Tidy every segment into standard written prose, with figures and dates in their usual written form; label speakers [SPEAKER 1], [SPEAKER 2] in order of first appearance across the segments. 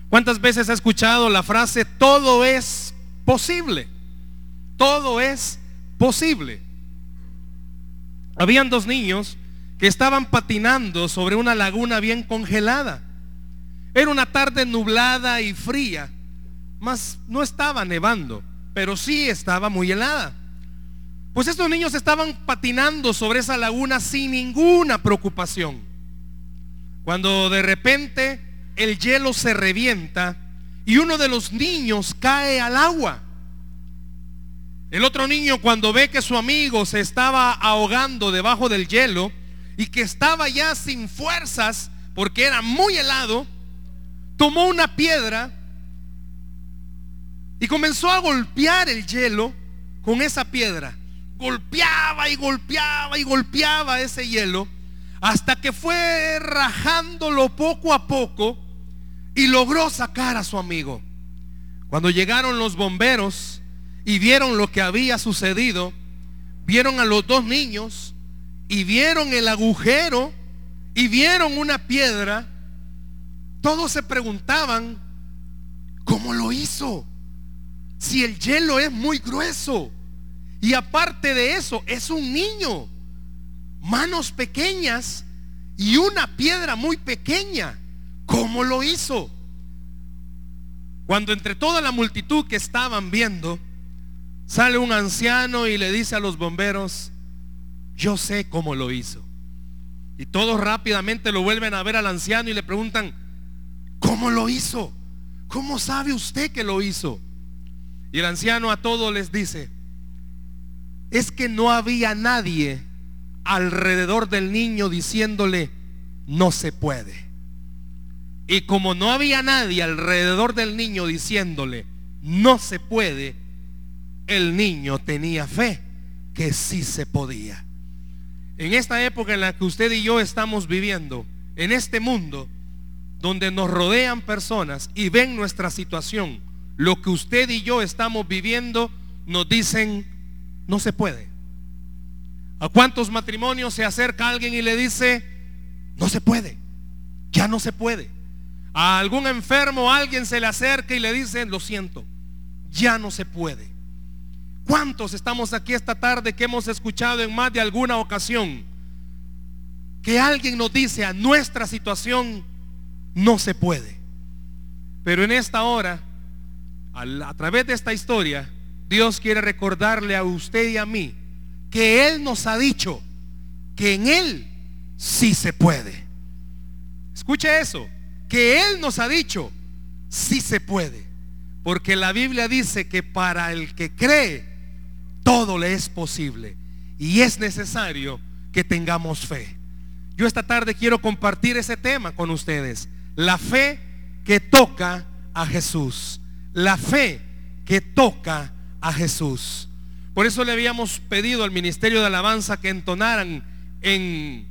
[SPEAKER 1] ¿Cuántas veces ha escuchado la frase todo es posible? Todo es posible. Habían dos niños que estaban patinando sobre una laguna bien congelada. Era una tarde nublada y fría, mas no estaba nevando, pero sí estaba muy helada. Pues estos niños estaban patinando sobre esa laguna sin ninguna preocupación, cuando de repente el hielo se revienta y uno de los niños cae al agua. El otro niño, cuando ve que su amigo se estaba ahogando debajo del hielo y que estaba ya sin fuerzas porque era muy helado, tomó una piedra y comenzó a golpear el hielo con esa piedra. Golpeaba y golpeaba y golpeaba ese hielo hasta que fue rajándolo poco a poco y logró sacar a su amigo. Cuando llegaron los bomberos y vieron lo que había sucedido, vieron a los dos niños y vieron el agujero y vieron una piedra, todos se preguntaban, ¿cómo lo hizo? Si el hielo es muy grueso y aparte de eso es un niño, manos pequeñas y una piedra muy pequeña, ¿cómo lo hizo? Cuando entre toda la multitud que estaban viendo, sale un anciano y le dice a los bomberos, yo sé cómo lo hizo. Y todos rápidamente lo vuelven a ver al anciano y le preguntan, ¿cómo lo hizo? ¿Cómo sabe usted que lo hizo? Y el anciano a todos les dice, es que no había nadie alrededor del niño diciéndole, no se puede. Y como no había nadie alrededor del niño diciéndole, no se puede, el niño tenía fe que sí se podía. En esta época en la que usted y yo estamos viviendo, en este mundo donde nos rodean personas y ven nuestra situación, lo que usted y yo estamos viviendo, nos dicen, no se puede. ¿A cuántos matrimonios se acerca alguien y le dice, no se puede, ya no se puede? A algún enfermo alguien se le acerca y le dice, lo siento, ya no se puede. ¿Cuántos estamos aquí esta tarde que hemos escuchado en más de alguna ocasión que alguien nos dice, a nuestra situación no se puede? Pero en esta hora, a través de esta historia, Dios quiere recordarle a usted y a mí que Él nos ha dicho que en Él sí se puede. Escuche eso, que Él nos ha dicho sí se puede, porque la Biblia dice que para el que cree todo le es posible y es necesario que tengamos fe. Yo esta tarde quiero compartir ese tema con ustedes, la fe que toca a Jesús, la fe que toca a Jesús. Por eso le habíamos pedido al Ministerio de Alabanza que entonaran en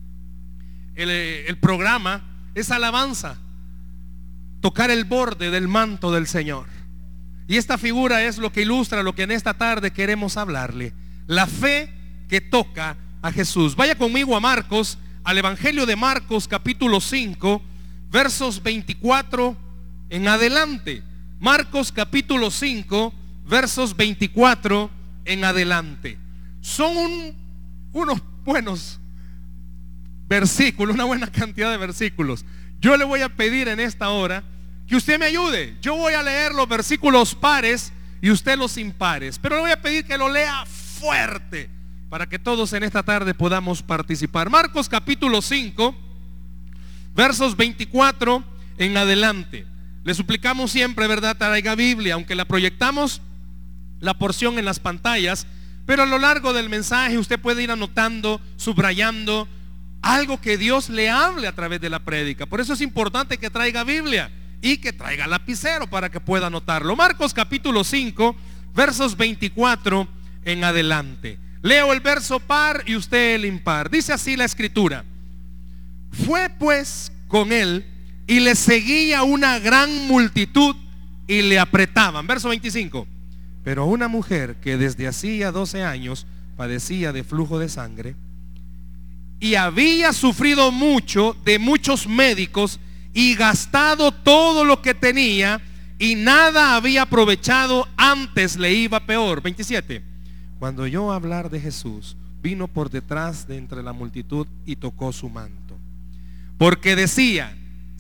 [SPEAKER 1] el programa esa alabanza, tocar el borde del manto del Señor. Y esta figura es lo que ilustra lo que en esta tarde queremos hablarle, la fe que toca a Jesús. Vaya conmigo a Marcos, al Evangelio de Marcos capítulo 5, versos 24 en adelante. Marcos capítulo 5, versos 24 en adelante. Son unos buenos versículos, una buena cantidad de versículos. Yo le voy a pedir en esta hora que usted me ayude. Yo voy a leer los versículos pares y usted los impares, pero le voy a pedir que lo lea fuerte para que todos en esta tarde podamos participar. Marcos capítulo 5, versos 24 en adelante. Le suplicamos siempre, ¿verdad?, traiga Biblia, aunque la proyectamos la porción en las pantallas, pero a lo largo del mensaje usted puede ir anotando, subrayando algo que Dios le hable a través de la prédica. Por eso es importante que traiga Biblia y que traiga lapicero para que pueda anotarlo. Marcos capítulo 5, versos 24 en adelante. Leo el verso par y usted el impar. Dice así la escritura: fue pues con él y le seguía una gran multitud y le apretaban. Verso 25. Pero una mujer que desde hacía 12 años padecía de flujo de sangre y había sufrido mucho de muchos médicos y gastado todo lo que tenía, y nada había aprovechado, antes le iba peor. 27. Cuando oyó hablar de Jesús, vino por detrás de entre la multitud y tocó su manto, porque decía: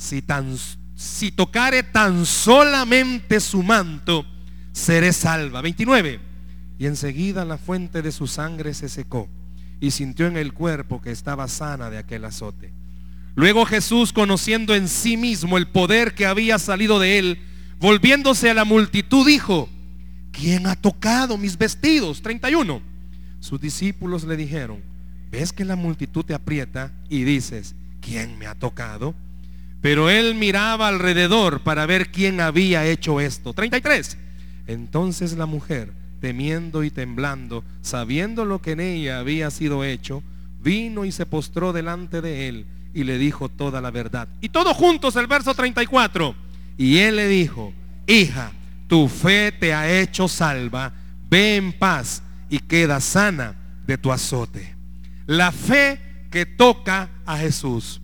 [SPEAKER 1] si tocare tan solamente su manto, seré salva. 29. Y enseguida la fuente de su sangre se secó, y sintió en el cuerpo que estaba sana de aquel azote. Luego Jesús, conociendo en sí mismo el poder que había salido de él, volviéndose a la multitud, dijo: ¿quién ha tocado mis vestidos? 31. Sus discípulos le dijeron: ¿ves que la multitud te aprieta y dices: ¿quién me ha tocado? Pero él miraba alrededor para ver quién había hecho esto. 33. Entonces la mujer, temiendo y temblando, sabiendo lo que en ella había sido hecho, vino y se postró delante de él y le dijo toda la verdad. Y todos juntos el verso 34. Y él le dijo: hija, tu fe te ha hecho salva, ve en paz y queda sana de tu azote. La fe que toca a Jesús.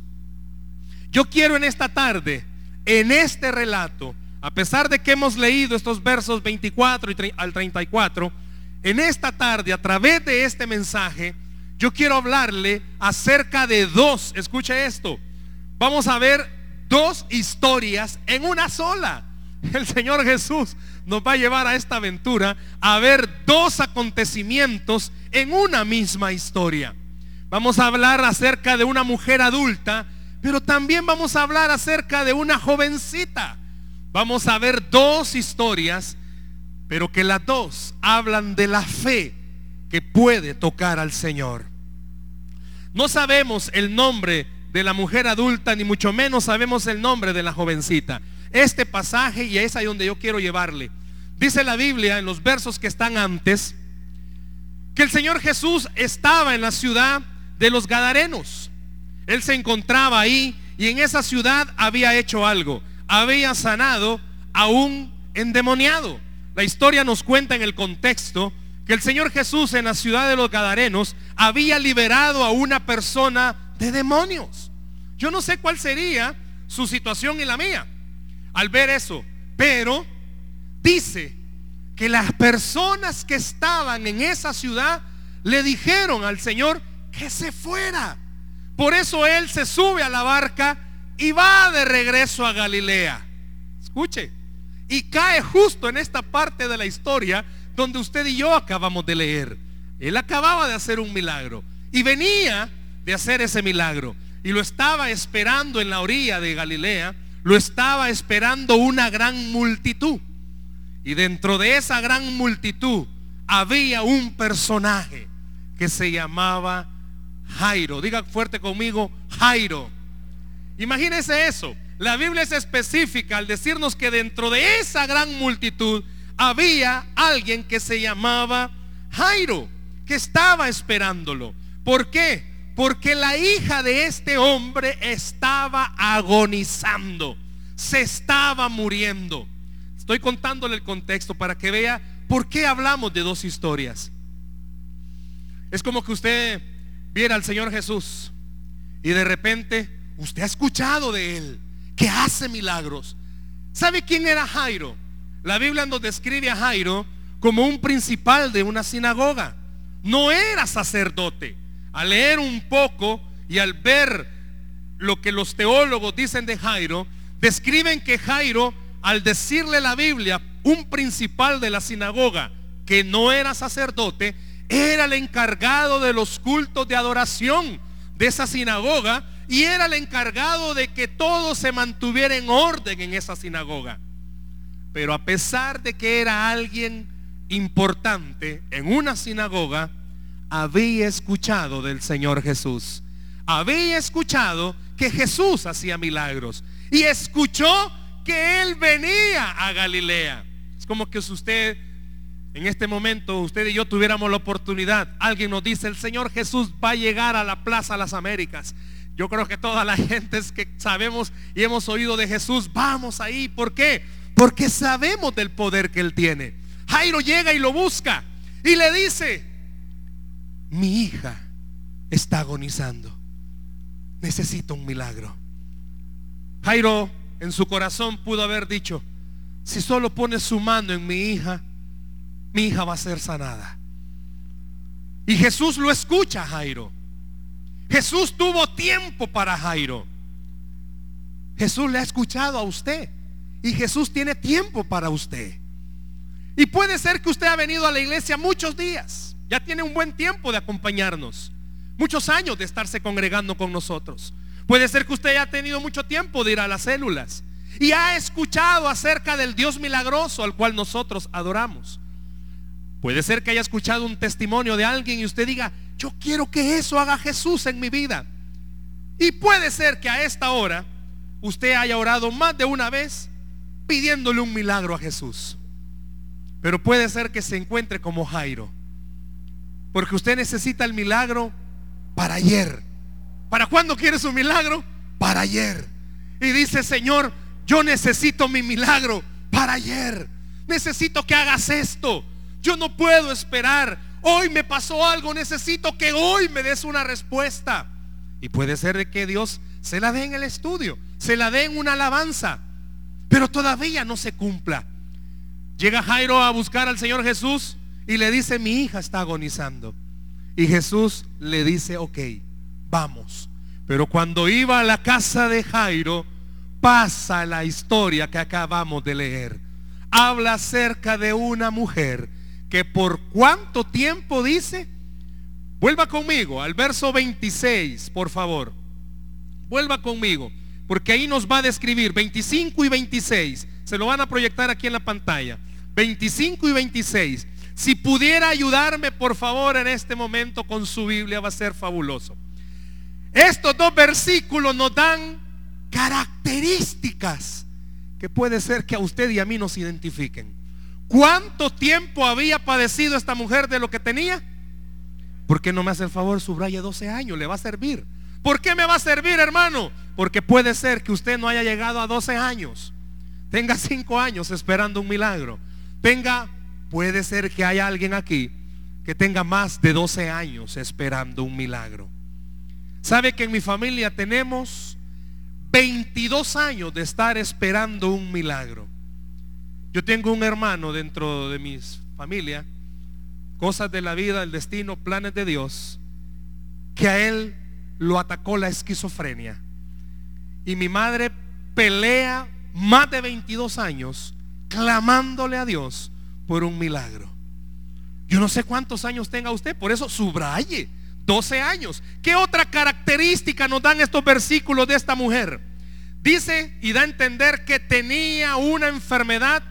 [SPEAKER 1] Yo quiero en esta tarde, en este relato, a pesar de que hemos leído estos versos 24 al 34, en esta tarde, a través de este mensaje, yo quiero hablarle acerca de dos, escuche esto, vamos a ver dos historias en una sola. El Señor Jesús nos va a llevar a esta aventura a ver dos acontecimientos en una misma historia. Vamos a hablar acerca de una mujer adulta, pero también vamos a hablar acerca de una jovencita. Vamos a ver dos historias, pero que las dos hablan de la fe que puede tocar al Señor. No sabemos el nombre de la mujer adulta, ni mucho menos sabemos el nombre de la jovencita. Este pasaje, y es ahí donde yo quiero llevarle, dice la Biblia en los versos que están antes, que el Señor Jesús estaba en la ciudad de los Gadarenos. Él se encontraba ahí, y en esa ciudad había hecho algo. Había sanado a un endemoniado. La historia nos cuenta en el contexto que el Señor Jesús en la ciudad de los Gadarenos había liberado a una persona de demonios. Yo no sé cuál sería su situación y la mía al ver eso, pero dice que las personas que estaban en esa ciudad le dijeron al Señor que se fuera. Por eso él se sube a la barca y va de regreso a Galilea. Escuche, y cae justo en esta parte de la historia donde usted y yo acabamos de leer. Él acababa de hacer un milagro y venía de hacer ese milagro, y lo estaba esperando en la orilla de Galilea. Lo estaba esperando una gran multitud, y dentro de esa gran multitud había un personaje que se llamaba Jairo. Diga fuerte conmigo: Jairo. Imagínese eso. La Biblia es específica al decirnos que dentro de esa gran multitud había alguien que se llamaba Jairo, que estaba esperándolo. ¿Por qué? Porque la hija de este hombre estaba agonizando, se estaba muriendo. Estoy contándole el contexto para que vea por qué hablamos de dos historias. Es como que usted viera al Señor Jesús y de repente usted ha escuchado de él, que hace milagros. ¿Sabe quién era Jairo? La Biblia nos describe a Jairo como un principal de una sinagoga. No era sacerdote. Al leer un poco y al ver lo que los teólogos dicen de Jairo, describen que Jairo, al decirle la Biblia, un principal de la sinagoga que no era sacerdote, era el encargado de los cultos de adoración de esa sinagoga, y era el encargado de que todo se mantuviera en orden en esa sinagoga. Pero a pesar de que era alguien importante en una sinagoga, había escuchado del Señor Jesús. Había escuchado que Jesús hacía milagros, y escuchó que Él venía a Galilea. Es como que si usted en este momento, usted y yo tuviéramos la oportunidad, alguien nos dice: el Señor Jesús va a llegar a la Plaza Las Américas. Yo creo que toda la gente es que sabemos y hemos oído de Jesús, vamos ahí. ¿Por qué? Porque sabemos del poder que Él tiene. Jairo llega y lo busca y le dice: mi hija está agonizando, necesito un milagro. Jairo en su corazón pudo haber dicho: si solo pone su mano en mi hija va a ser sanada. Y Jesús lo escucha a Jairo. Jesús tuvo tiempo para Jairo. Jesús le ha escuchado a usted y Jesús tiene tiempo para usted. Y puede ser que usted ha venido a la iglesia muchos días, ya tiene un buen tiempo de acompañarnos, muchos años de estarse congregando con nosotros. Puede ser que usted haya tenido mucho tiempo de ir a las células y ha escuchado acerca del Dios milagroso al cual nosotros adoramos. Puede ser que haya escuchado un testimonio de alguien y usted diga: yo quiero que eso haga Jesús en mi vida. Y puede ser que a esta hora usted haya orado más de una vez pidiéndole un milagro a Jesús. Pero puede ser que se encuentre como Jairo, porque usted necesita el milagro para ayer. ¿Para cuándo quiere su milagro? Para ayer. Y dice: Señor, yo necesito mi milagro para ayer. Necesito que hagas esto. Yo no puedo esperar. Hoy me pasó algo, necesito que hoy me des una respuesta. Y puede ser de que Dios se la dé en el estudio, se la dé en una alabanza, pero todavía no se cumpla. Llega Jairo a buscar al Señor Jesús y le dice: mi hija está agonizando. Y Jesús le dice: ok, vamos. Pero cuando iba a la casa de Jairo, pasa la historia que acabamos de leer. Habla acerca de una mujer que por cuánto tiempo dice. Vuelva conmigo al verso 26, por favor. Vuelva conmigo, porque ahí nos va a describir 25 y 26. Se lo van a proyectar aquí en la pantalla. 25 y 26. Si pudiera ayudarme, por favor, en este momento con su Biblia, va a ser fabuloso. Estos dos versículos nos dan características que puede ser que a usted y a mí nos identifiquen. ¿Cuánto tiempo había padecido esta mujer de lo que tenía? ¿Por qué no me hace el favor? Subraye 12 años, le va a servir. ¿Por qué me va a servir, hermano? Porque puede ser que usted no haya llegado a 12 años. Tenga 5 años esperando un milagro. Puede ser que haya alguien aquí que tenga más de 12 años esperando un milagro. ¿Sabe que en mi familia tenemos 22 años de estar esperando un milagro? Yo tengo un hermano dentro de mi familia, cosas de la vida, el destino, planes de Dios, que a él lo atacó la esquizofrenia. Y mi madre pelea más de 22 años clamándole a Dios por un milagro. Yo no sé cuántos años tenga usted, por eso subraye 12 años. ¿Qué otra característica nos dan estos versículos de esta mujer? Dice y da a entender que tenía una enfermedad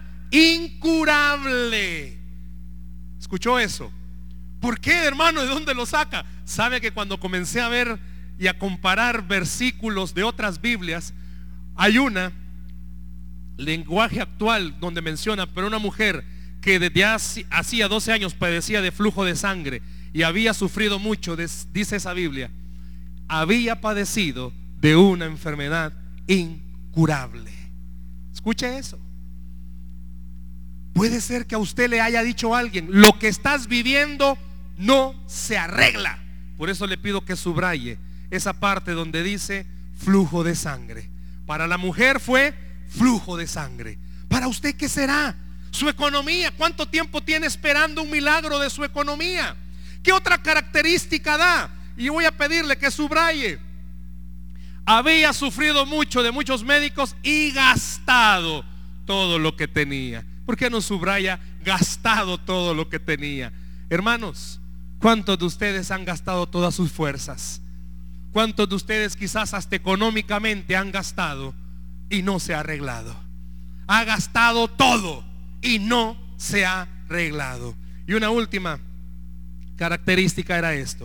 [SPEAKER 1] incurable. ¿Escuchó eso? ¿Por qué, hermano? ¿De dónde lo saca? Sabe que cuando comencé a ver y a comparar versículos de otras Biblias, hay una lenguaje actual donde menciona: pero una mujer que desde hacía 12 años padecía de flujo de sangre y había sufrido mucho, dice esa Biblia, había padecido de una enfermedad incurable. Escuche eso. Puede ser que a usted le haya dicho a alguien: lo que estás viviendo no se arregla. Por eso le pido que subraye esa parte donde dice flujo de sangre. Para la mujer fue flujo de sangre. ¿Para usted qué será? Su economía. ¿Cuánto tiempo tiene esperando un milagro de su economía? ¿Qué otra característica da? Y voy a pedirle que subraye: había sufrido mucho de muchos médicos y gastado todo lo que tenía. ¿Por qué no subraya gastado todo lo que tenía? Hermanos, ¿cuántos de ustedes han gastado todas sus fuerzas? ¿Cuántos de ustedes quizás hasta económicamente han gastado y no se ha arreglado? Ha gastado todo y no se ha arreglado. Y una última característica era esto.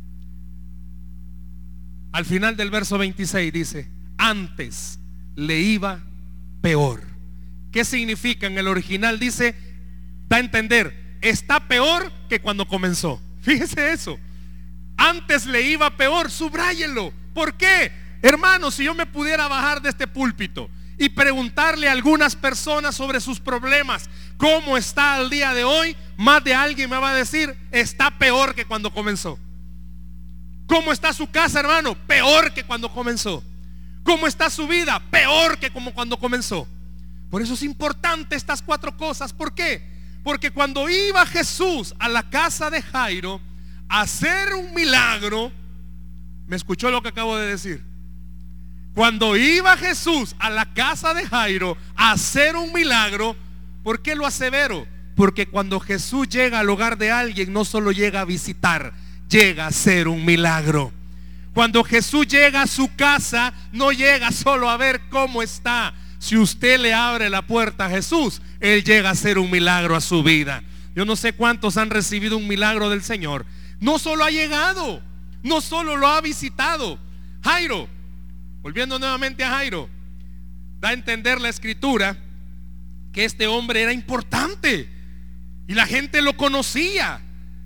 [SPEAKER 1] Al final del verso 26 dice: antes le iba peor. ¿Qué significa? En el original dice, da a entender, está peor que cuando comenzó. Fíjese eso. Antes le iba peor, subráyenlo. ¿Por qué? Hermano, si yo me pudiera bajar de este púlpito y preguntarle a algunas personas sobre sus problemas, ¿cómo está al día de hoy? Más de alguien me va a decir: está peor que cuando comenzó. ¿Cómo está su casa, hermano? Peor que cuando comenzó. ¿Cómo está su vida? Peor que como cuando comenzó. Por eso es importante estas 4 cosas. ¿Por qué? Porque cuando iba Jesús a la casa de Jairo a hacer un milagro, ¿me escuchó lo que acabo de decir? Cuando iba Jesús a la casa de Jairo a hacer un milagro, ¿por qué lo asevero? Porque cuando Jesús llega al hogar de alguien, no solo llega a visitar, llega a hacer un milagro. Cuando Jesús llega a su casa, no llega solo a ver cómo está. Si usted le abre la puerta a Jesús, Él llega a hacer un milagro a su vida. Yo no sé cuántos han recibido un milagro del Señor. No solo ha llegado, no solo lo ha visitado. Jairo, volviendo nuevamente a Jairo, da a entender la escritura que este hombre era importante y la gente lo conocía,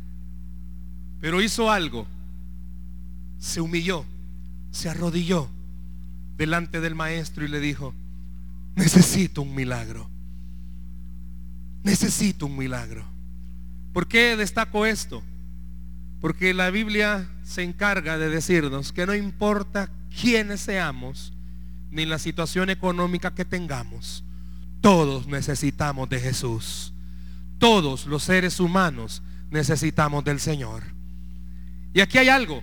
[SPEAKER 1] pero hizo algo. Se humilló, se arrodilló delante del maestro y le dijo: necesito un milagro. Necesito un milagro. ¿Por qué destaco esto? Porque la Biblia se encarga de decirnos que no importa quiénes seamos, ni la situación económica que tengamos, todos necesitamos de Jesús. Todos los seres humanos necesitamos del Señor. Y aquí hay algo.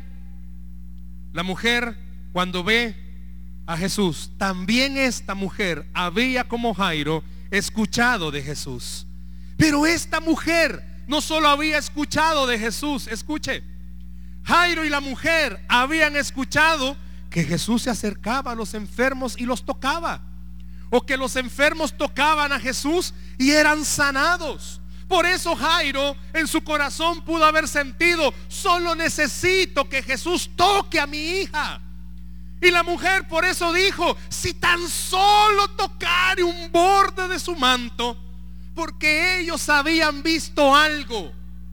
[SPEAKER 1] La mujer, cuando ve a Jesús, también esta mujer había, como Jairo, escuchado de Jesús. Pero esta mujer no solo había escuchado de Jesús. Escuche, Jairo y la mujer habían escuchado que Jesús se acercaba a los enfermos y los tocaba, o que los enfermos tocaban a Jesús y eran sanados. Por eso Jairo en su corazón pudo haber sentido: solo necesito que Jesús toque a mi hija. Y la mujer por eso dijo: si tan solo tocare un borde de su manto, porque ellos habían visto algo.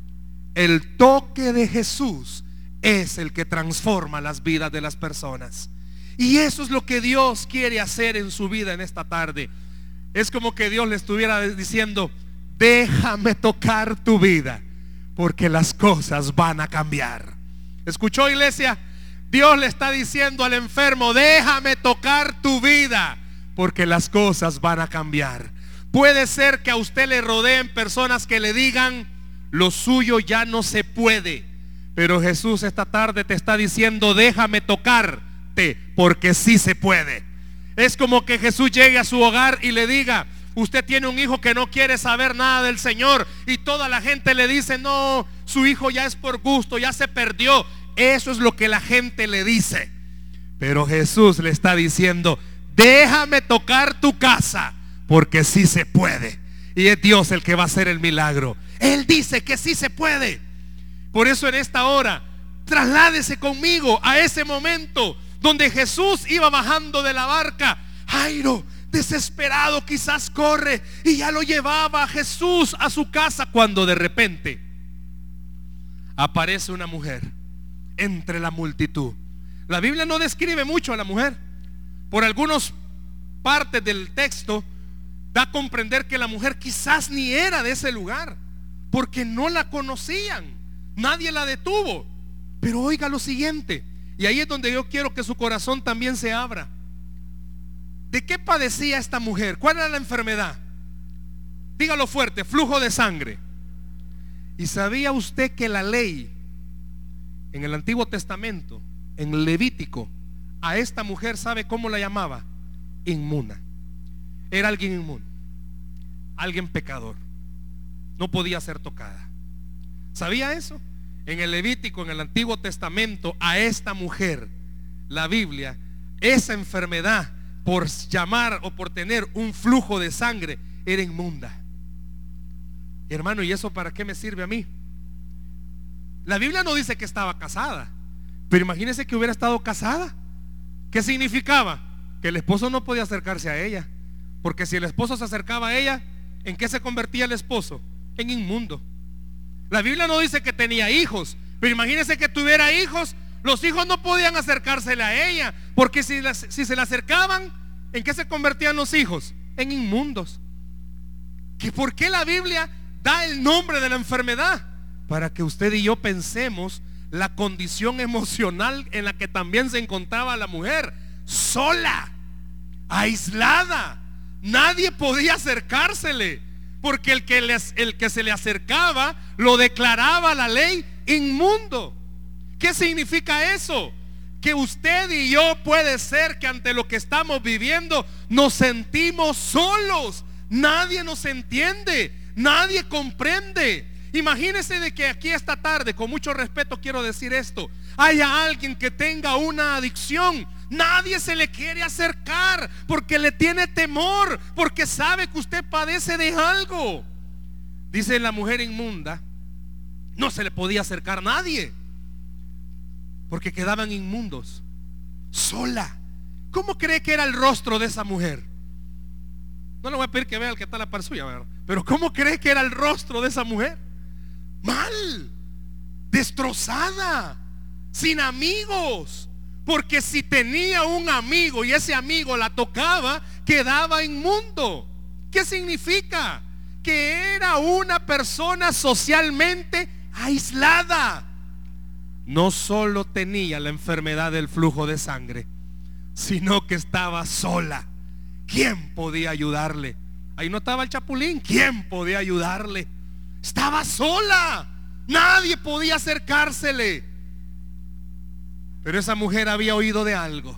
[SPEAKER 1] El toque de Jesús es el que transforma las vidas de las personas. Y eso es lo que Dios quiere hacer en su vida en esta tarde. Es como que Dios le estuviera diciendo: déjame tocar tu vida, porque las cosas van a cambiar. ¿Escuchó, iglesia? Dios le está diciendo al enfermo: déjame tocar tu vida, porque las cosas van a cambiar. Puede ser que a usted le rodeen personas que le digan: lo suyo ya no se puede. Pero Jesús esta tarde te está diciendo: déjame tocarte, porque sí se puede. Es como que Jesús llegue a su hogar y le diga: usted tiene un hijo que no quiere saber nada del Señor, y toda la gente le dice: no, su hijo ya es por gusto, ya se perdió. Eso es lo que la gente le dice. Pero Jesús le está diciendo: déjame tocar tu casa, porque sí se puede. Y es Dios el que va a hacer el milagro. Él dice que sí se puede. Por eso en esta hora, trasládese conmigo a ese momento donde Jesús iba bajando de la barca. Jairo, desesperado, quizás corre y ya lo llevaba a Jesús a su casa, cuando de repente aparece una mujer entre la multitud. La Biblia no describe mucho a la mujer. Por algunas partes del texto da a comprender que la mujer quizás ni era de ese lugar, porque no la conocían, nadie la detuvo. Pero oiga lo siguiente, y ahí es donde yo quiero que su corazón también se abra. ¿De qué padecía esta mujer? ¿Cuál era la enfermedad? Dígalo fuerte: flujo de sangre. ¿Y sabía usted que la ley en el Antiguo Testamento, en Levítico, a esta mujer, ¿sabe cómo la llamaba? Inmunda. Era alguien inmundo, alguien pecador, no podía ser tocada. ¿Sabía eso? En el Levítico, en el Antiguo Testamento, a esta mujer, la Biblia, esa enfermedad, por llamar o por tener un flujo de sangre, era inmunda. Hermano, ¿y eso para qué me sirve a mí? La Biblia no dice que estaba casada, pero imagínese que hubiera estado casada. ¿Qué significaba? Que el esposo no podía acercarse a ella, porque si el esposo se acercaba a ella, ¿en qué se convertía el esposo? En inmundo. La Biblia no dice que tenía hijos, pero imagínese que tuviera hijos. Los hijos no podían acercársele a ella, porque si se le acercaban, ¿en qué se convertían los hijos? En inmundos. ¿Por qué la Biblia da el nombre de la enfermedad? Para que usted y yo pensemos la condición emocional en la que también se encontraba la mujer. sola, aislada. Nadie podía acercársele, porque el que se le acercaba lo declaraba la ley inmundo. ¿Qué significa eso? Que usted y yo puede ser que ante lo que estamos viviendo nos sentimos solos. Nadie nos entiende, nadie comprende. Imagínese de que aquí esta tarde, con mucho respeto quiero decir esto, haya alguien que tenga una adicción. Nadie se le quiere acercar porque le tiene temor, porque sabe que usted padece de algo. Dice la mujer inmunda, no se le podía acercar a nadie porque quedaban inmundos, sola. ¿Cómo cree que era el rostro de esa mujer? No le voy a pedir que vea el que está a la par suya, ¿verdad? Pero ¿cómo cree que era el rostro de esa mujer? Mal, destrozada, sin amigos. Porque si tenía un amigo y ese amigo la tocaba, quedaba inmundo. ¿Qué significa? Que era una persona socialmente aislada. No solo tenía la enfermedad del flujo de sangre, sino que estaba sola. ¿Quién podía ayudarle? Ahí no estaba el chapulín. ¿Quién podía ayudarle? Estaba sola. Nadie podía acercársele. Pero esa mujer había oído de algo.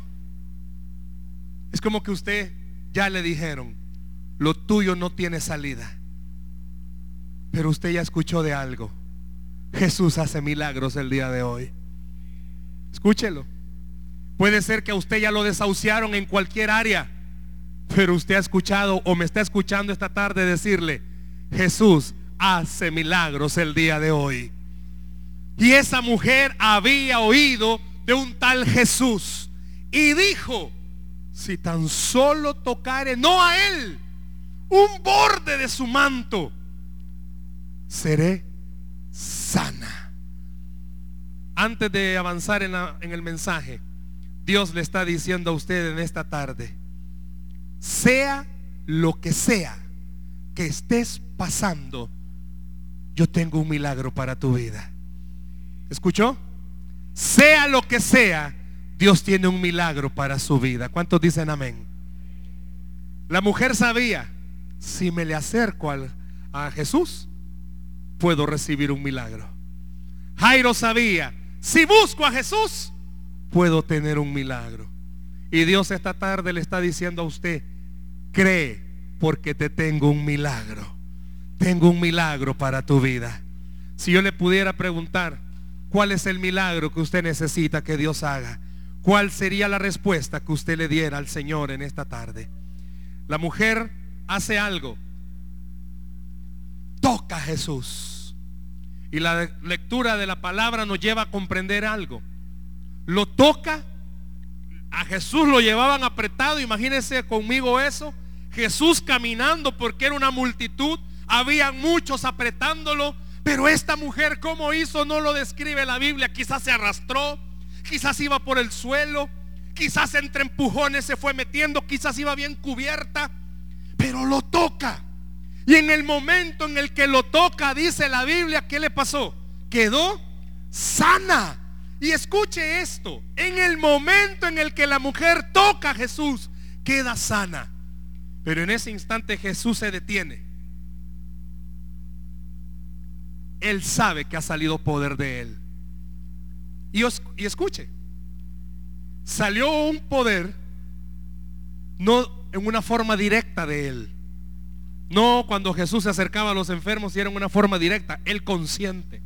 [SPEAKER 1] Es como que usted ya le dijeron, lo tuyo no tiene salida. Pero usted ya escuchó de algo. Jesús hace milagros el día de hoy. Escúchelo. Puede ser que a usted ya lo desahuciaron en cualquier área, pero usted ha escuchado o me está escuchando esta tarde decirle, Jesús hace milagros el día de hoy. Y esa mujer había oído de un tal Jesús y dijo, si tan solo tocare, no a él, un borde de su manto, seré sana. Antes de avanzar en el mensaje, Dios le está diciendo a usted en esta tarde, sea lo que sea que estés pasando, yo tengo un milagro para tu vida. ¿Escuchó? Sea lo que sea, Dios tiene un milagro para su vida. ¿Cuántos dicen amén? La mujer sabía, si me le acerco a Jesús, puedo recibir un milagro. Jairo sabía, si busco a Jesús, puedo tener un milagro. Y Dios esta tarde le está diciendo a usted, cree porque te tengo un milagro. Tengo un milagro para tu vida. Si yo le pudiera preguntar, ¿cuál es el milagro que usted necesita que Dios haga? ¿Cuál sería la respuesta que usted le diera al Señor en esta tarde? La mujer hace algo. Toca a Jesús. Y la lectura de la palabra nos lleva a comprender algo. Lo toca. A Jesús lo llevaban apretado. Imagínense conmigo eso. Jesús caminando porque era una multitud. Habían muchos apretándolo. Pero esta mujer, ¿cómo hizo? No lo describe la Biblia. Quizás se arrastró, quizás iba por el suelo, quizás entre empujones se fue metiendo, quizás iba bien cubierta, pero lo toca. Y en el momento en el que lo toca, dice la Biblia, ¿qué le pasó? Quedó sana. Y escuche esto, en el momento en el que la mujer toca a Jesús, queda sana. Pero en ese instante Jesús se detiene. Él sabe que ha salido poder de él. Y escuche, salió un poder no en una forma directa de él. No cuando Jesús se acercaba a los enfermos y era en una forma directa. Él consciente.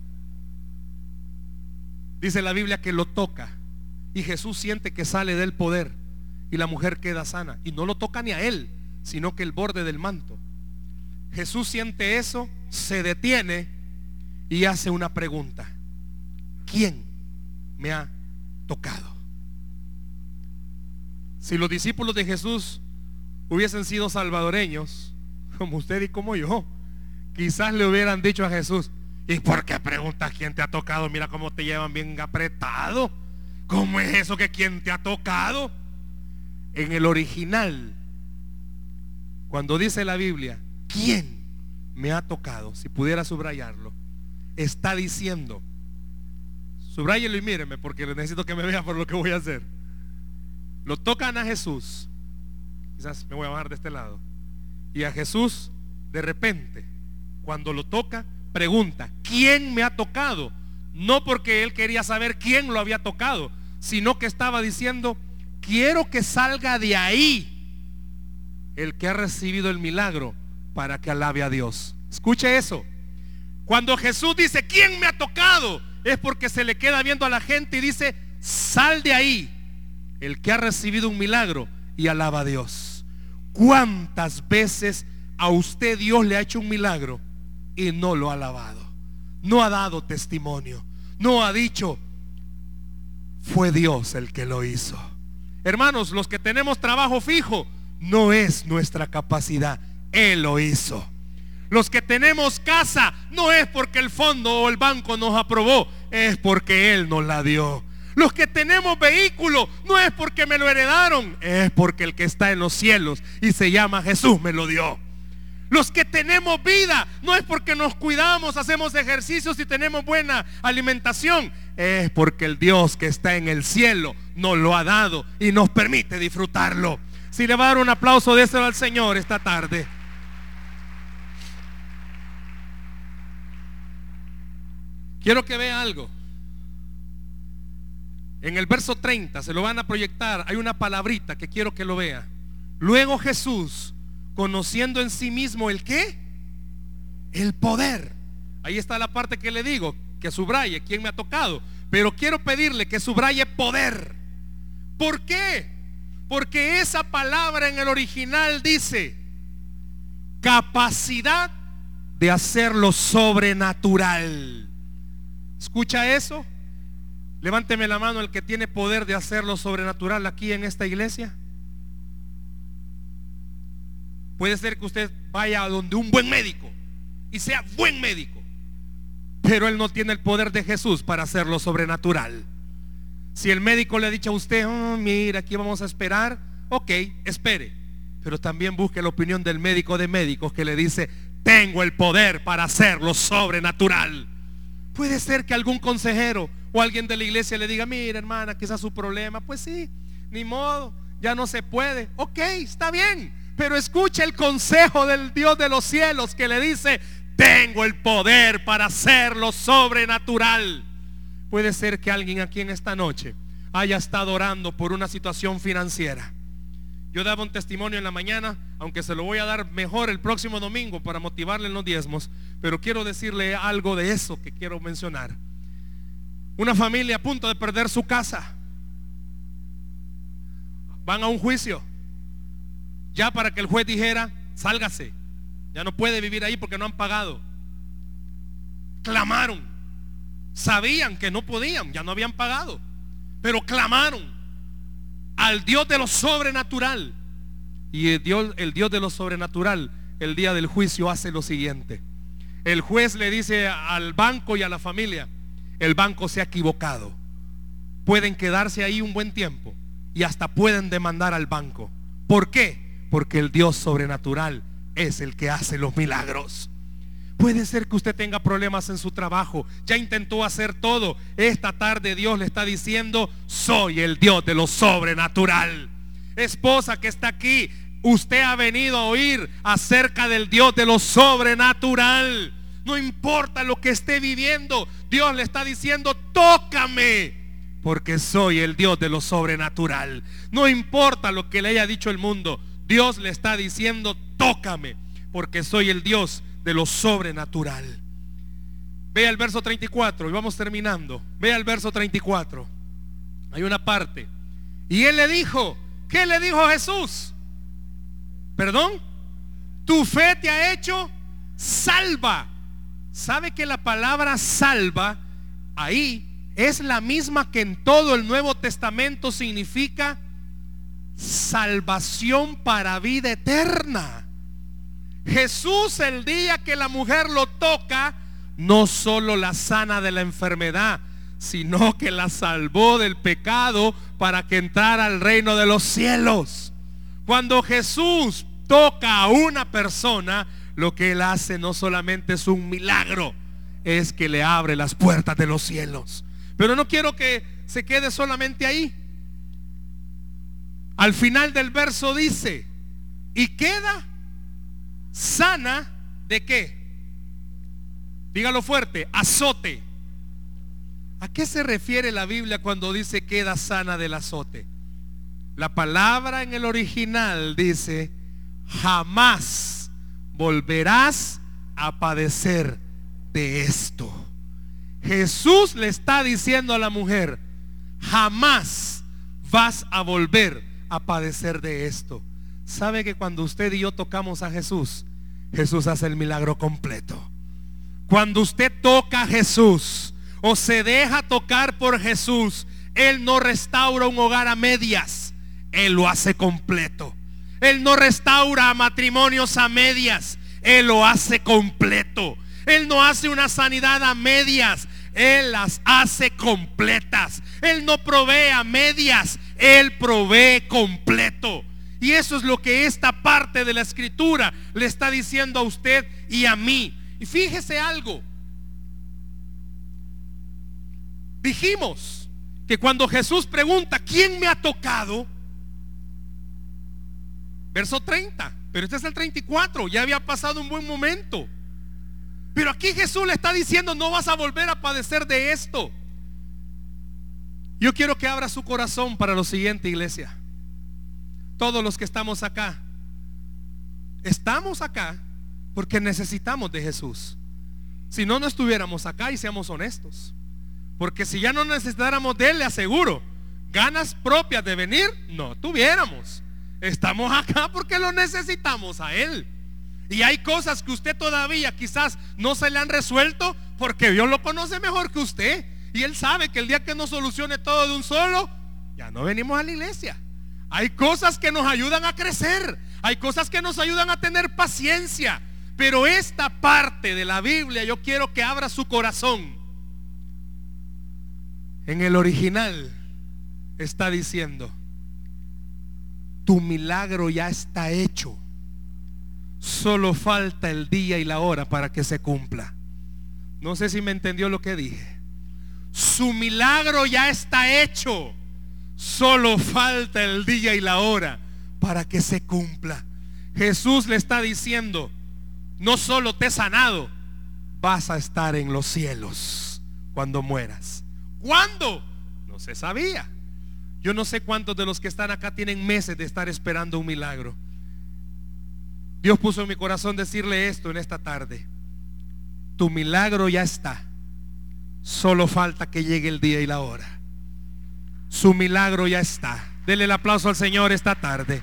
[SPEAKER 1] Dice la Biblia que lo toca y Jesús siente que sale del poder y la mujer queda sana. Y no lo toca ni a él, sino que el borde del manto. Jesús siente eso, se detiene y hace una pregunta: ¿quién me ha tocado? Si los discípulos de Jesús hubiesen sido salvadoreños, como usted y como yo, quizás le hubieran dicho a Jesús: ¿y por qué preguntas quién te ha tocado? Mira cómo te llevan bien apretado. ¿Cómo es eso que quién te ha tocado? En el original, cuando dice la Biblia, ¿quién me ha tocado? Si pudiera subrayarlo, está diciendo, subráyelo y míreme porque necesito que me vea por lo que voy a hacer. Lo tocan a Jesús. Quizás me voy a bajar de este lado. Y a Jesús, de repente, cuando lo toca, pregunta: ¿quién me ha tocado? No porque él quería saber quién lo había tocado, sino que estaba diciendo: quiero que salga de ahí el que ha recibido el milagro para que alabe a Dios. Escuche eso. Cuando Jesús dice: ¿quién me ha tocado?, es porque se le queda viendo a la gente y dice: sal de ahí el que ha recibido un milagro y alaba a Dios. ¿Cuántas veces a usted Dios le ha hecho un milagro y no lo ha alabado? No ha dado testimonio, no ha dicho: fue Dios el que lo hizo. Hermanos, los que tenemos trabajo fijo, no es nuestra capacidad, Él lo hizo. Los que tenemos casa, no es porque el fondo o el banco nos aprobó, es porque Él nos la dio. Los que tenemos vehículo, no es porque me lo heredaron, es porque el que está en los cielos y se llama Jesús me lo dio. Los que tenemos vida, no es porque nos cuidamos, hacemos ejercicios y tenemos buena alimentación, es porque el Dios que está en el cielo nos lo ha dado y nos permite disfrutarlo. Si le va a dar un aplauso, déselo al Señor esta tarde. Quiero que vea algo. En el verso 30, se lo van a proyectar, hay una palabrita que quiero que lo vea. Luego Jesús, conociendo en sí mismo el ¿qué? El poder. Ahí está la parte que le digo, que subraye quién me ha tocado. Pero quiero pedirle que subraye poder. ¿Por qué? Porque esa palabra en el original dice capacidad de hacer lo sobrenatural. ¿Escucha eso? Levánteme la mano el que tiene poder de hacer lo sobrenatural aquí en esta iglesia. Puede ser que usted vaya a donde un buen médico y sea buen médico, pero él no tiene el poder de Jesús para hacer lo sobrenatural. Si el médico le ha dicho a usted: mira, aquí vamos a esperar, ok, espere, pero también busque la opinión del médico de médicos que le dice: tengo el poder para hacer lo sobrenatural. Puede ser que algún consejero o alguien de la iglesia le diga: mira, hermana, quizás su problema, pues sí, ni modo, ya no se puede. Ok, está bien, pero escuche el consejo del Dios de los cielos que le dice: tengo el poder para hacer lo sobrenatural. Puede ser que alguien aquí en esta noche haya estado orando por una situación financiera. Yo daba un testimonio en la mañana, aunque se lo voy a dar mejor el próximo domingo para motivarle en los diezmos, pero quiero decirle algo de eso que quiero mencionar. Una familia a punto de perder su casa, van a un juicio, ya para que el juez dijera: sálgase, ya no puede vivir ahí porque no han pagado. Clamaron, sabían que no podían, ya no habían pagado, pero clamaron al Dios de lo sobrenatural. Y el Dios de lo sobrenatural, el día del juicio, hace lo siguiente. El juez le dice al banco y a la familia: el banco se ha equivocado, pueden quedarse ahí un buen tiempo y hasta pueden demandar al banco. ¿Por qué? Porque el Dios sobrenatural es el que hace los milagros. Puede ser que usted tenga problemas en su trabajo, ya intentó hacer todo. Esta tarde Dios le está diciendo: soy el Dios de lo sobrenatural. Esposa que está aquí, usted ha venido a oír acerca del Dios de lo sobrenatural. No importa lo que esté viviendo, Dios le está diciendo: tócame, porque soy el Dios de lo sobrenatural. No importa lo que le haya dicho el mundo, Dios le está diciendo: tócame, porque soy el Dios de lo sobrenatural. Vea el verso 34 y vamos terminando. Vea el verso 34. Hay una parte. Y él le dijo, ¿qué le dijo Jesús? Perdón, tu fe te ha hecho salva. ¿Sabe que la palabra salva ahí es la misma que en todo el Nuevo Testamento significa salvación para vida eterna? Jesús, el día que la mujer lo toca, no solo la sana de la enfermedad, sino que la salvó del pecado para que entrara al reino de los cielos. Cuando Jesús toca a una persona, lo que él hace no solamente es un milagro, es que le abre las puertas de los cielos. Pero no quiero que se quede solamente ahí. Al final del verso dice, y queda sana ¿de qué? Dígalo fuerte, azote. ¿A qué se refiere la Biblia cuando dice queda sana del azote? La palabra en el original dice, jamás volverás a padecer de esto. Jesús le está diciendo a la mujer, jamás vas a volver a padecer de esto. ¿Sabe que cuando usted y yo tocamos a Jesús, Jesús hace el milagro completo? Cuando usted toca a Jesús o se deja tocar por Jesús, Él no restaura un hogar a medias, Él lo hace completo. Él no restaura matrimonios a medias, Él lo hace completo. Él no hace una sanidad a medias, Él las hace completas. Él no provee a medias, Él provee completo. Y eso es lo que esta parte de la escritura le está diciendo a usted y a mí. Y fíjese algo. Dijimos que cuando Jesús pregunta, ¿quién me ha tocado? Verso 30, pero este es el 34, ya había pasado un buen momento. Pero aquí Jesús le está diciendo, no vas a volver a padecer de esto. Yo quiero que abra su corazón para lo siguiente, iglesia. Todos los que estamos acá porque necesitamos de Jesús. Si no, no estuviéramos acá, y seamos honestos. Porque si ya no necesitáramos de Él, le aseguro, ganas propias de venir no tuviéramos. Estamos acá porque lo necesitamos a Él. Y hay cosas que usted todavía quizás no se le han resuelto, porque Dios lo conoce mejor que usted. Y Él sabe que el día que nos solucione todo de un solo, ya no venimos a la iglesia. Hay cosas que nos ayudan a crecer, hay cosas que nos ayudan a tener paciencia. Pero esta parte de la Biblia yo quiero que abra su corazón. En el original está diciendo, tu milagro ya está hecho, solo falta el día y la hora para que se cumpla. No sé si me entendió lo que dije. Su milagro ya está hecho, solo falta el día y la hora para que se cumpla. Jesús le está diciendo, no solo te he sanado, vas a estar en los cielos cuando mueras. ¿Cuándo? No se sabía. Yo no sé cuántos de los que están acá tienen meses de estar esperando un milagro. Dios puso en mi corazón decirle esto en esta tarde. Tu milagro ya está, solo falta que llegue el día y la hora. Su milagro ya está. Dele el aplauso al Señor esta tarde.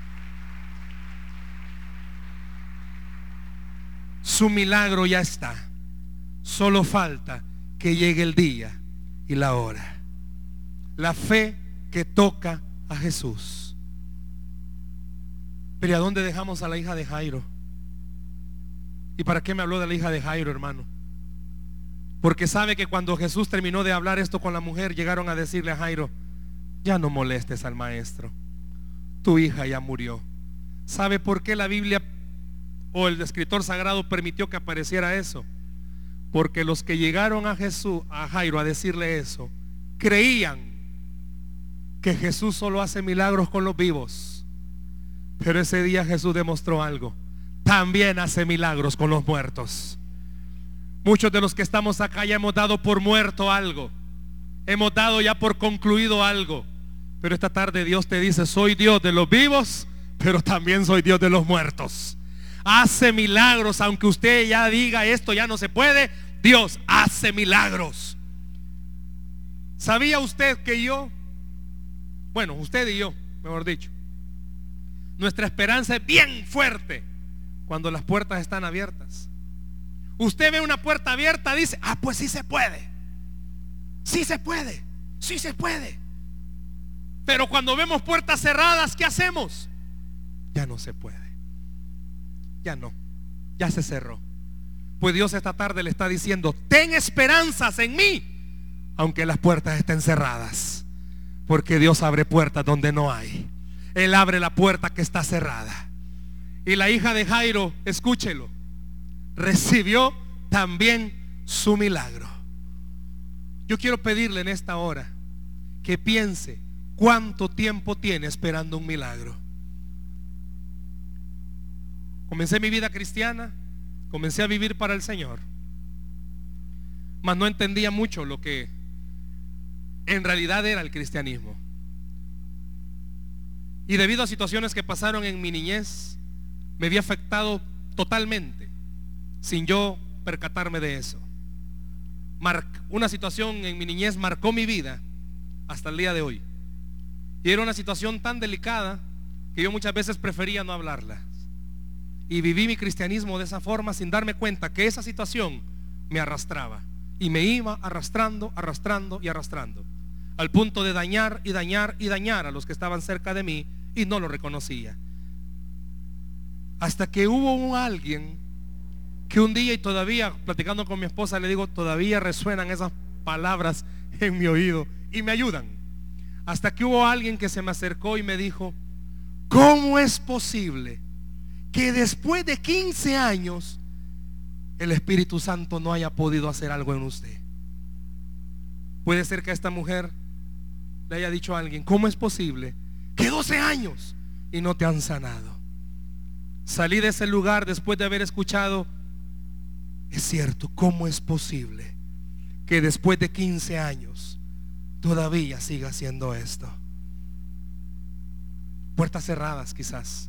[SPEAKER 1] Su milagro ya está, solo falta que llegue el día y la hora. La fe que toca a Jesús. Pero ¿a dónde dejamos a la hija de Jairo? ¿Y para qué me habló de la hija de Jairo, hermano? Porque sabe que cuando Jesús terminó de hablar esto con la mujer, llegaron a decirle a Jairo, ya no molestes al maestro, tu hija ya murió. ¿Sabe por qué la Biblia o el escritor sagrado permitió que apareciera eso? Porque los que llegaron a Jairo a decirle eso, creían que Jesús solo hace milagros con los vivos. Pero ese día Jesús demostró algo, también hace milagros con los muertos. Muchos de los que estamos acá ya hemos dado por muerto algo, hemos dado ya por concluido algo. Pero esta tarde Dios te dice, soy Dios de los vivos, pero también soy Dios de los muertos. Hace milagros, aunque usted ya diga esto ya no se puede, Dios hace milagros. ¿Sabía usted que usted y yo, mejor dicho, nuestra esperanza es bien fuerte cuando las puertas están abiertas? Usted ve una puerta abierta, dice, pues sí se puede. Sí se puede, sí se puede. Pero cuando vemos puertas cerradas, ¿qué hacemos? Ya no se puede. Ya no, ya se cerró. Pues Dios esta tarde le está diciendo, ten esperanzas en mí, aunque las puertas estén cerradas. Porque Dios abre puertas donde no hay. Él abre la puerta que está cerrada. Y la hija de Jairo, escúchelo, recibió también su milagro. Yo quiero pedirle en esta hora que piense ¿Cuánto tiempo tiene esperando un milagro? Comencé mi vida cristiana, comencé a vivir para el Señor, mas no entendía mucho lo que en realidad era el cristianismo. Y debido a situaciones que pasaron en mi niñez, me vi afectado totalmente, sin yo percatarme de eso. Una situación en mi niñez marcó mi vida hasta el día de hoy. Y era una situación tan delicada que yo muchas veces prefería no hablarla. Y viví mi cristianismo de esa forma sin darme cuenta que esa situación me arrastraba. Y me iba arrastrando, arrastrando y arrastrando, al punto de dañar y dañar y dañar a los que estaban cerca de mí, y no lo reconocía. Hasta que hubo alguien que un día, y todavía platicando con mi esposa le digo, todavía resuenan esas palabras en mi oído y me ayudan. Hasta que hubo alguien que se me acercó y me dijo: ¿cómo es posible que después de 15 años el Espíritu Santo no haya podido hacer algo en usted? Puede ser que a esta mujer le haya dicho a alguien: ¿cómo es posible que 12 años y no te han sanado? Salí de ese lugar después de haber escuchado: es cierto, ¿cómo es posible que después de 15 años todavía siga haciendo esto? Puertas cerradas quizás.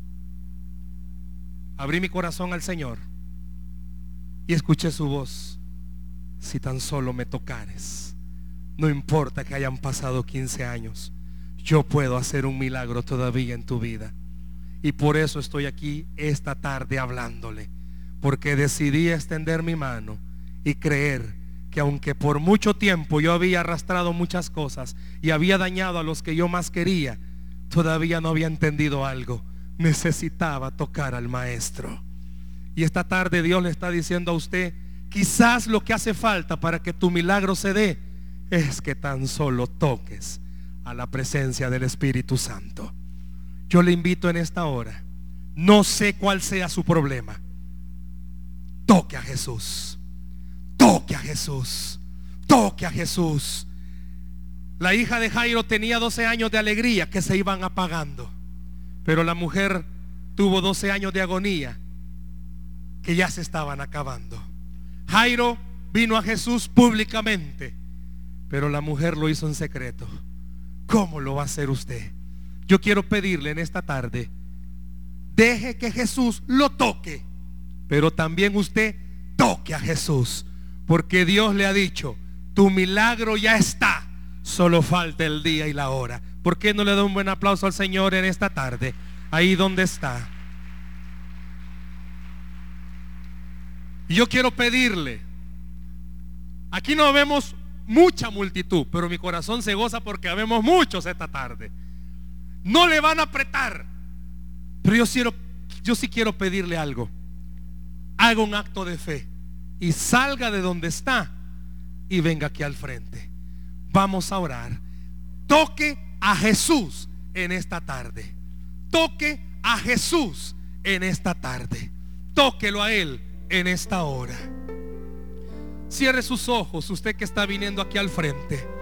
[SPEAKER 1] Abrí mi corazón al Señor y escuché su voz: si tan solo me tocares, no importa que hayan pasado 15 años, yo puedo hacer un milagro todavía en tu vida. Y por eso estoy aquí esta tarde hablándole, porque decidí extender mi mano y creer que aunque por mucho tiempo yo había arrastrado muchas cosas y había dañado a los que yo más quería, todavía no había entendido algo. Necesitaba tocar al Maestro. Y esta tarde Dios le está diciendo a usted: quizás lo que hace falta para que tu milagro se dé es que tan solo toques a la presencia del Espíritu Santo. Yo le invito en esta hora, no sé cuál sea su problema, toque a Jesús, toque a Jesús, toque a Jesús. La hija de Jairo tenía 12 años de alegría que se iban apagando, pero la mujer tuvo 12 años de agonía que ya se estaban acabando. Jairo vino a Jesús públicamente, pero la mujer lo hizo en secreto. ¿Cómo lo va a hacer usted? Yo quiero pedirle en esta tarde: deje que Jesús lo toque, pero también usted toque a Jesús, porque Dios le ha dicho: tu milagro ya está, solo falta el día y la hora. ¿Por qué no le da un buen aplauso al Señor en esta tarde, ahí donde está? Y yo quiero pedirle, aquí no vemos mucha multitud, pero mi corazón se goza porque vemos muchos esta tarde. No le van a apretar, pero yo sí quiero pedirle algo. Haga un acto de fe y salga de donde está y venga aquí al frente. Vamos a orar. Toque a Jesús en esta tarde. Toque a Jesús en esta tarde. Tóquelo a Él en esta hora. Cierre sus ojos, usted que está viniendo aquí al frente.